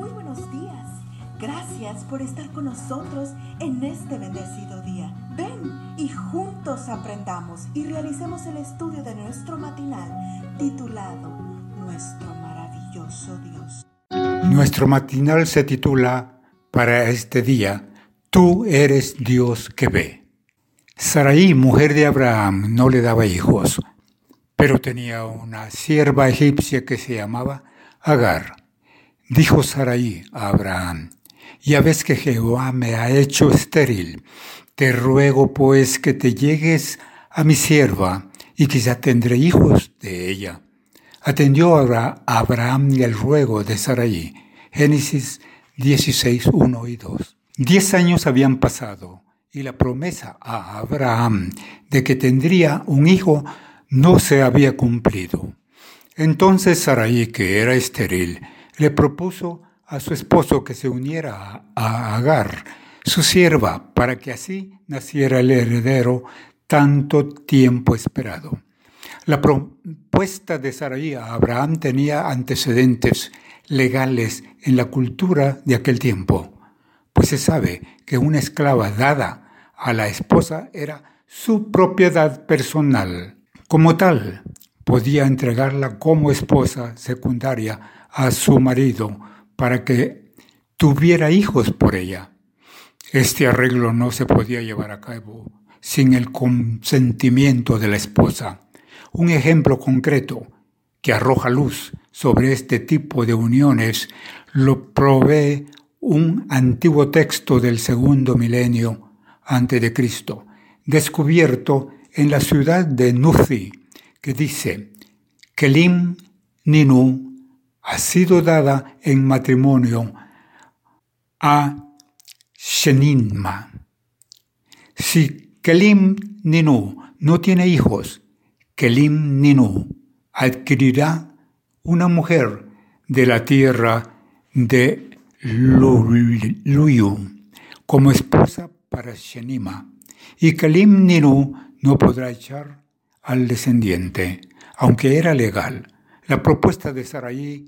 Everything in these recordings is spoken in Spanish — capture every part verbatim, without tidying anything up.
Muy buenos días. Gracias por estar con nosotros en este bendecido día. Ven y juntos aprendamos y realicemos el estudio de nuestro matinal titulado Nuestro maravilloso Dios. Nuestro matinal se titula para este día, Tú eres Dios que ve. Sarai, mujer de Abraham, no le daba hijos, pero tenía una sierva egipcia que se llamaba Agar. Dijo Sarai a Abraham, ya ves que Jehová me ha hecho estéril. Te ruego pues que te llegues a mi sierva y quizá tendré hijos de ella. Atendió a Abraham el ruego de Sarai. Génesis dieciséis, uno y dos. Diez años habían pasado y la promesa a Abraham de que tendría un hijo no se había cumplido. Entonces Sarai, que era estéril, le propuso a su esposo que se uniera a Agar, su sierva, para que así naciera el heredero tanto tiempo esperado. La propuesta de Sarai a Abraham tenía antecedentes legales en la cultura de aquel tiempo, pues se sabe que una esclava dada a la esposa era su propiedad personal. Como tal, podía entregarla como esposa secundaria a su marido para que tuviera hijos por ella. Este arreglo no se podía llevar a cabo sin el consentimiento de la esposa. Un ejemplo concreto que arroja luz sobre este tipo de uniones lo provee un antiguo texto del segundo milenio antes de Cristo, descubierto en la ciudad de Nuzi, que dice: Kelim Ninu ha sido dada en matrimonio a Sheninma. Si Kelim Ninu no tiene hijos, Kelim Ninu adquirirá una mujer de la tierra de Luyu como esposa para Shenima, y Kelim Ninu no podrá echar al descendiente, aunque era legal. La propuesta de Sarai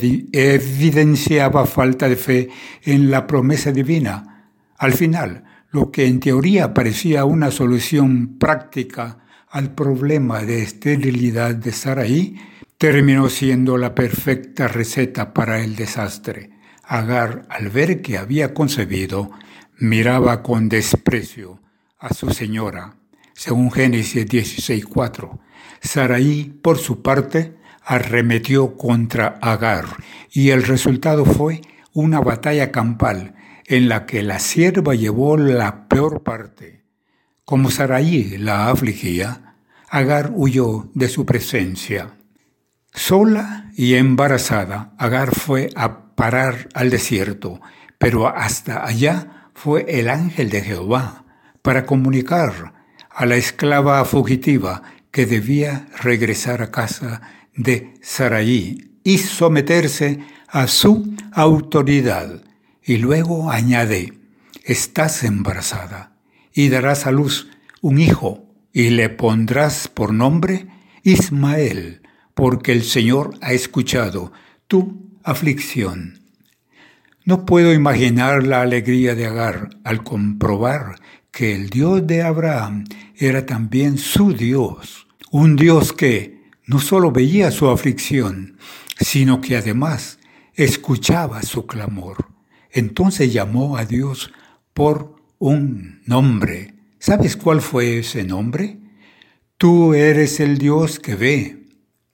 evidenciaba falta de fe en la promesa divina. Al final, lo que en teoría parecía una solución práctica al problema de esterilidad de Sarai, terminó siendo la perfecta receta para el desastre. Agar, al ver que había concebido, miraba con desprecio a su señora, según Génesis dieciséis, cuatro. Sarai, por su parte, arremetió contra Agar, y el resultado fue una batalla campal en la que la sierva llevó la peor parte. Como Sarai la afligía, Agar huyó de su presencia. Sola y embarazada, Agar fue a parar al desierto, pero hasta allá fue el ángel de Jehová para comunicar a la esclava fugitiva que debía regresar a casa de Sarai y someterse a su autoridad. Y luego añade: estás embarazada y darás a luz un hijo y le pondrás por nombre Ismael, porque el Señor ha escuchado tu aflicción. No puedo imaginar la alegría de Agar al comprobar que el Dios de Abraham era también su Dios, un Dios que no solo veía su aflicción, sino que además escuchaba su clamor. Entonces llamó a Dios por un nombre. ¿Sabes cuál fue ese nombre? Tú eres el Dios que ve.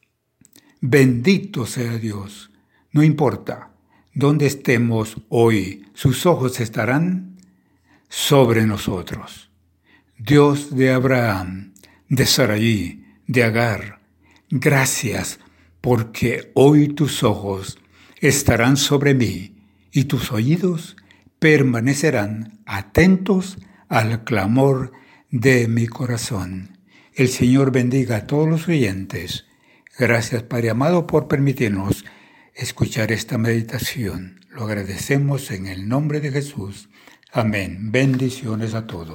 Bendito sea Dios. No importa dónde estemos hoy, sus ojos estarán sobre nosotros. Dios de Abraham, de Sarai, de Agar, gracias porque hoy tus ojos estarán sobre mí y tus oídos permanecerán atentos al clamor de mi corazón. El Señor bendiga a todos los oyentes. Gracias, Padre amado, por permitirnos escuchar esta meditación. Lo agradecemos en el nombre de Jesús. Amén. Bendiciones a todos.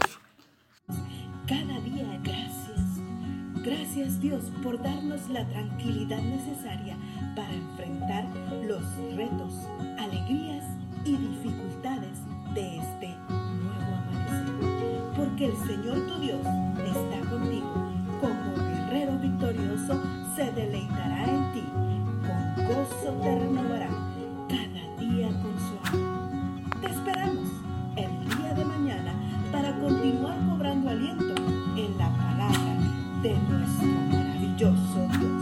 Cada día gracias. Gracias, Dios, por darnos la tranquilidad necesaria para enfrentar los retos, alegrías que el Señor tu Dios está contigo. Como guerrero victorioso se deleitará en ti. Con gozo te renovará cada día con su amor. Te esperamos el día de mañana para continuar cobrando aliento en la palabra de nuestro maravilloso Dios.